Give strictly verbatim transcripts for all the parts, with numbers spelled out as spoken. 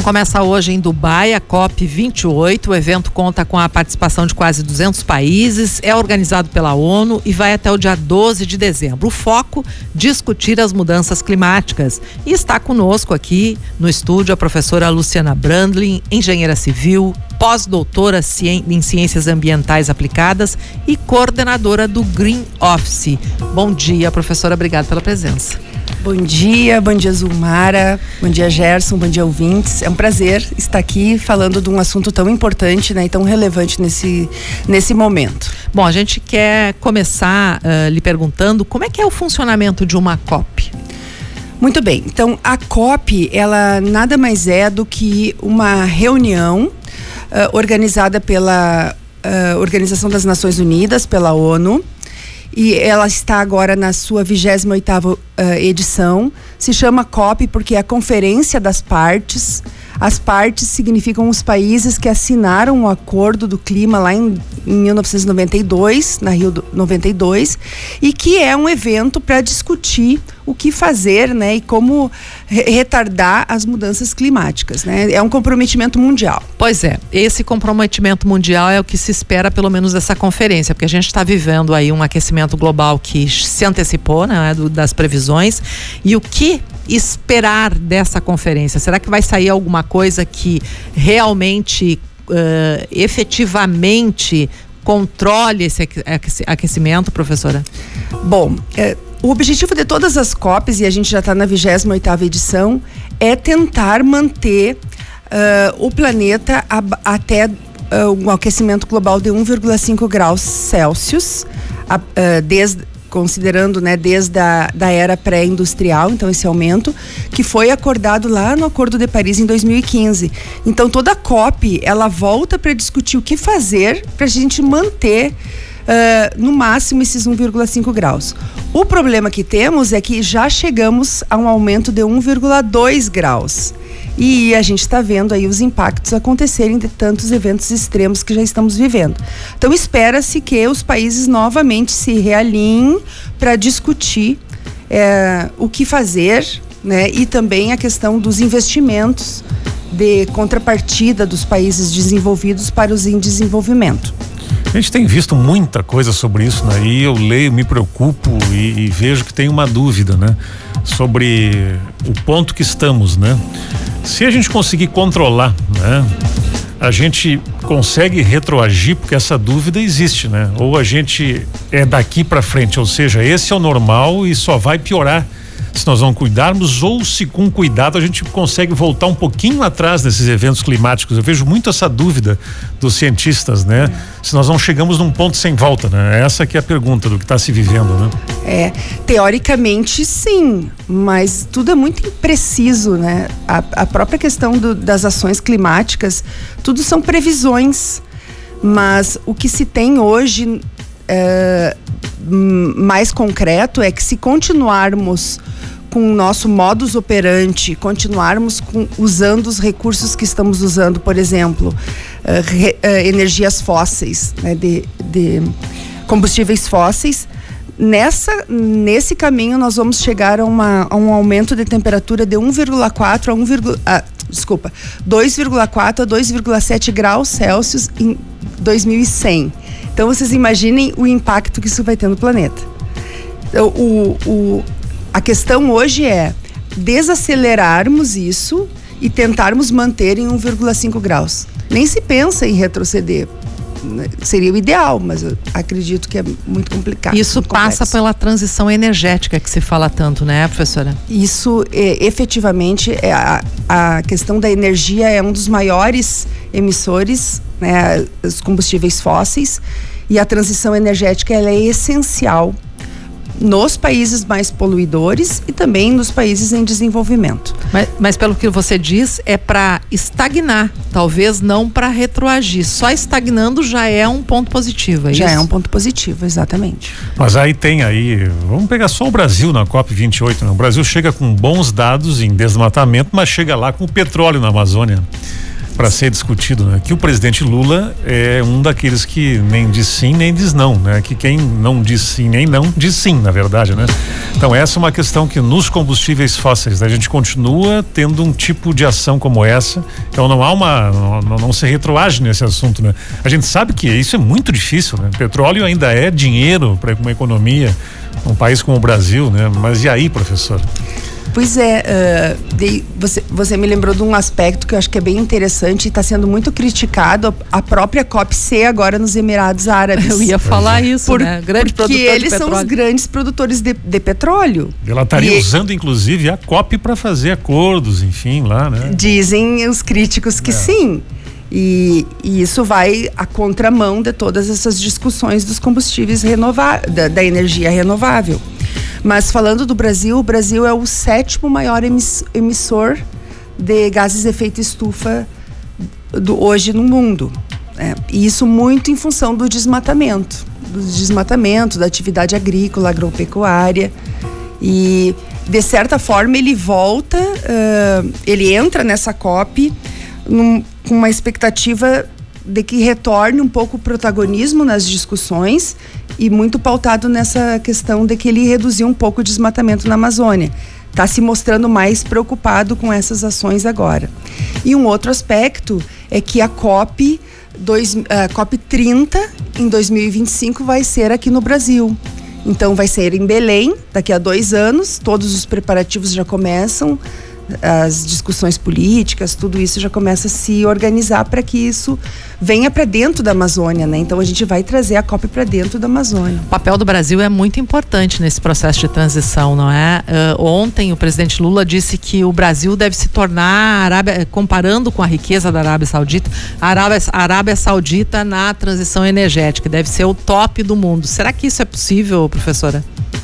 começa hoje em Dubai, a COP vinte e oito. O evento conta com a participação de quase duzentos países, é organizado pela ONU e vai até o dia doze de dezembro. O foco, discutir as mudanças climáticas. E está conosco aqui no estúdio a professora Luciana Brandlin, engenheira civil, pós-doutora em Ciências Ambientais Aplicadas e coordenadora do Green Office. Bom dia, professora, obrigada pela presença. Bom dia, bom dia Zulmara, bom dia Gerson, bom dia ouvintes. É um prazer estar aqui falando de um assunto tão importante, né, e tão relevante nesse, nesse momento. Bom, a gente quer começar uh, lhe perguntando como é que é o funcionamento de uma COP. Muito bem, então a COP, ela nada mais é do que uma reunião uh, organizada pela uh, Organização das Nações Unidas, pela ONU. E ela está agora na sua vigésima oitava uh, edição. Se chama COP porque é a Conferência das Partes. As partes significam os países que assinaram o Acordo do Clima lá em, em mil novecentos e noventa e dois, na Rio noventa e dois, e que é um evento para discutir o que fazer, né, e como re- retardar as mudanças climáticas, né? É um comprometimento mundial. Pois é, esse comprometimento mundial é o que se espera pelo menos dessa conferência, porque a gente está vivendo aí um aquecimento global que se antecipou, né, do, das previsões. E o que esperar dessa conferência? Será que vai sair alguma coisa que realmente, uh, efetivamente controle esse aquecimento, professora? Bom, é, o objetivo de todas as COPs, e a gente já está na vigésima oitava edição, é tentar manter uh, o planeta ab- até uh, um aquecimento global de um vírgula cinco graus Celsius, a, uh, desde considerando, né, desde a da era pré-industrial, então esse aumento, que foi acordado lá no Acordo de Paris em dois mil e quinze. Então toda a COP, ela volta para discutir o que fazer para a gente manter uh, no máximo esses um vírgula cinco graus. O problema que temos é que já chegamos a um aumento de um vírgula dois graus. E a gente está vendo aí os impactos acontecerem de tantos eventos extremos que já estamos vivendo. Então espera-se que os países novamente se realinhem para discutir é, o que fazer, né, e também a questão dos investimentos de contrapartida dos países desenvolvidos para os em desenvolvimento. A gente tem visto muita coisa sobre isso, né? E eu leio, me preocupo e, e vejo que tem uma dúvida, né? Sobre o ponto que estamos, né? Se a gente conseguir controlar, né? A gente consegue retroagir, porque essa dúvida existe, né? Ou a gente é daqui para frente, ou seja, esse é o normal e só vai piorar se nós não cuidarmos, ou se com cuidado a gente consegue voltar um pouquinho atrás desses eventos climáticos. Eu vejo muito essa dúvida dos cientistas, né? Se nós não chegamos num ponto sem volta, né? Essa que é a pergunta do que está se vivendo, né? É, teoricamente sim, mas tudo é muito impreciso, né? A, a própria questão do, das ações climáticas, tudo são previsões, mas o que se tem hoje é, mais concreto é que se continuarmos com o nosso modus operandi, continuarmos com, usando os recursos que estamos usando, por exemplo, uh, re, uh, energias fósseis, né, de, de combustíveis fósseis, nessa, nesse caminho nós vamos chegar a, uma, a um aumento de temperatura de um vírgula quatro a um, ah, desculpa, dois vírgula quatro a dois vírgula sete graus Celsius em dois mil e cem. Então vocês imaginem o impacto que isso vai ter no planeta. Então, o, o A questão hoje é desacelerarmos isso e tentarmos manter em um vírgula cinco graus. Nem se pensa em retroceder. Seria o ideal, mas eu acredito que é muito complicado. Isso muito passa complexo. pela transição energética que se fala tanto, né, professora? Isso, é, efetivamente, é a, a questão da energia é um dos maiores emissores, né, os combustíveis fósseis, e a transição energética ela é essencial nos países mais poluidores e também nos países em desenvolvimento. Mas, mas pelo que você diz, é para estagnar, talvez não para retroagir. Só estagnando já é um ponto positivo, é já isso? é um ponto positivo, exatamente. Mas aí tem aí, vamos pegar só o Brasil na COP vinte e oito, né? O Brasil chega com bons dados em desmatamento, mas chega lá com o petróleo na Amazônia. para ser discutido, né? Que o presidente Lula é um daqueles que nem diz sim nem diz não, né? Que quem não diz sim nem não diz sim, na verdade, né? Então essa é uma questão que nos combustíveis fósseis, né? A gente continua tendo um tipo de ação como essa, então não há uma, não, não se retroage nesse assunto, né? A gente sabe que isso é muito difícil, né? Petróleo ainda é dinheiro para uma economia, um país como o Brasil, né? Mas e aí, professor? Pois é, uh, de, você, você me lembrou de um aspecto que eu acho que é bem interessante e está sendo muito criticado, a própria COP C agora nos Emirados Árabes. Eu ia falar isso, Por, né? Grande porque produtor eles de são os grandes produtores de, de petróleo. Ela estaria e usando, inclusive, a COP para fazer acordos, enfim, lá, né? Dizem os críticos que é. sim. E, e isso vai à contramão de todas essas discussões dos combustíveis renováveis, da, da energia renovável. Mas falando do Brasil, o Brasil é o sétimo maior emissor de gases de efeito estufa do, hoje no mundo. Né? E isso muito em função do desmatamento, do desmatamento, da atividade agrícola, agropecuária. E, de certa forma, ele volta, uh, ele entra nessa COP num, com uma expectativa de que retorne um pouco o protagonismo nas discussões e muito pautado nessa questão de que ele reduziu um pouco o desmatamento na Amazônia. Está se mostrando mais preocupado com essas ações agora. E um outro aspecto é que a COP, dois, a COP trinta, em dois mil e vinte e cinco, vai ser aqui no Brasil. Então vai ser em Belém, daqui a dois anos, todos os preparativos já começam, as discussões políticas, tudo isso já começa a se organizar para que isso venha para dentro da Amazônia, né? Então a gente vai trazer a COP para dentro da Amazônia. O papel do Brasil é muito importante nesse processo de transição, não é? Uh, ontem o presidente Lula disse que o Brasil deve se tornar, a Arábia, comparando com a riqueza da Arábia Saudita, a Arábia, a Arábia Saudita na transição energética, deve ser o top do mundo. Será que isso é possível, professora?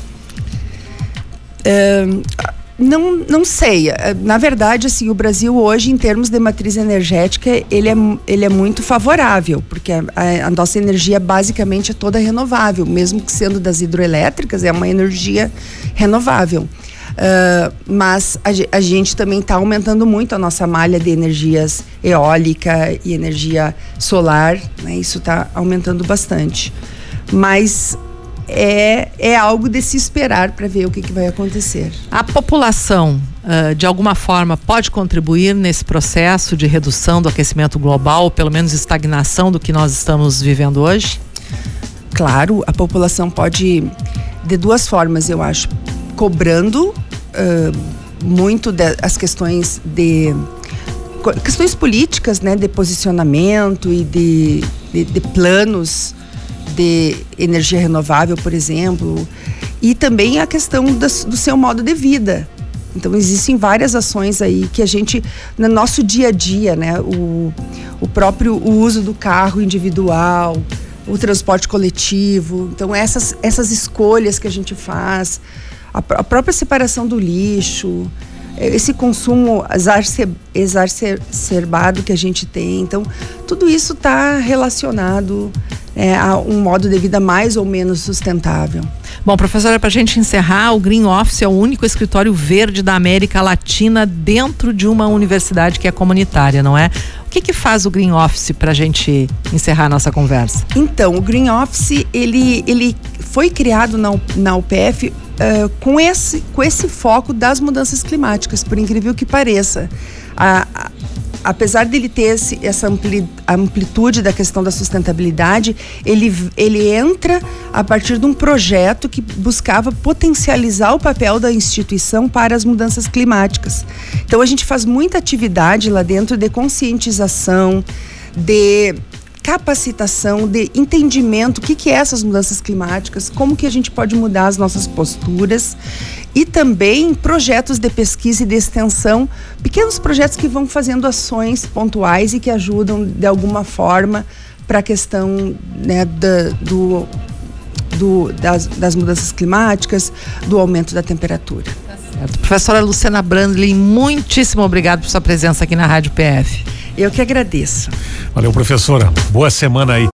Um, Não, não sei. Na verdade, assim, o Brasil hoje, em termos de matriz energética, ele é, ele é muito favorável, porque a, a nossa energia basicamente é toda renovável, mesmo que sendo das hidroelétricas, é uma energia renovável. Uh, mas a, a gente também está aumentando muito a nossa malha de energias eólica e energia solar, né? Isso está aumentando bastante. Mas É, é algo de se esperar para ver o que, que vai acontecer. A população, uh, de alguma forma, pode contribuir nesse processo de redução do aquecimento global, ou pelo menos estagnação do que nós estamos vivendo hoje? Claro, a população pode, de duas formas, eu acho. Cobrando uh, muito de, as questões de... questões políticas, né, de posicionamento e de, de, de planos de energia renovável, por exemplo, e também a questão das, do seu modo de vida. Então existem várias ações aí que a gente, no nosso dia a dia, né, o, o próprio o uso do carro individual, o transporte coletivo, então essas, essas escolhas que a gente faz, a, a própria separação do lixo, esse consumo exacerbado que a gente tem, então tudo isso está relacionado É, a um modo de vida mais ou menos sustentável. Bom, professora, para a gente encerrar, o Green Office é o único escritório verde da América Latina dentro de uma universidade que é comunitária, não é? O que que faz o Green Office para a gente encerrar a nossa conversa? Então, o Green Office, ele, ele foi criado na, na U P F uh, com, esse, com esse foco das mudanças climáticas, por incrível que pareça. A, a, Apesar dele ter esse, essa ampli, amplitude da questão da sustentabilidade, ele, ele entra a partir de um projeto que buscava potencializar o papel da instituição para as mudanças climáticas. Então a gente faz muita atividade lá dentro de conscientização, de capacitação, de entendimento, o que que é essas mudanças climáticas, como que a gente pode mudar as nossas posturas e também projetos de pesquisa e de extensão, pequenos projetos que vão fazendo ações pontuais e que ajudam de alguma forma para a questão, né, da, do, do, das, das mudanças climáticas, do aumento da temperatura. Tá certo. Professora Luciana Brandlin, muitíssimo obrigado por sua presença aqui na Rádio P F. Eu que agradeço. Valeu, professora. Boa semana aí.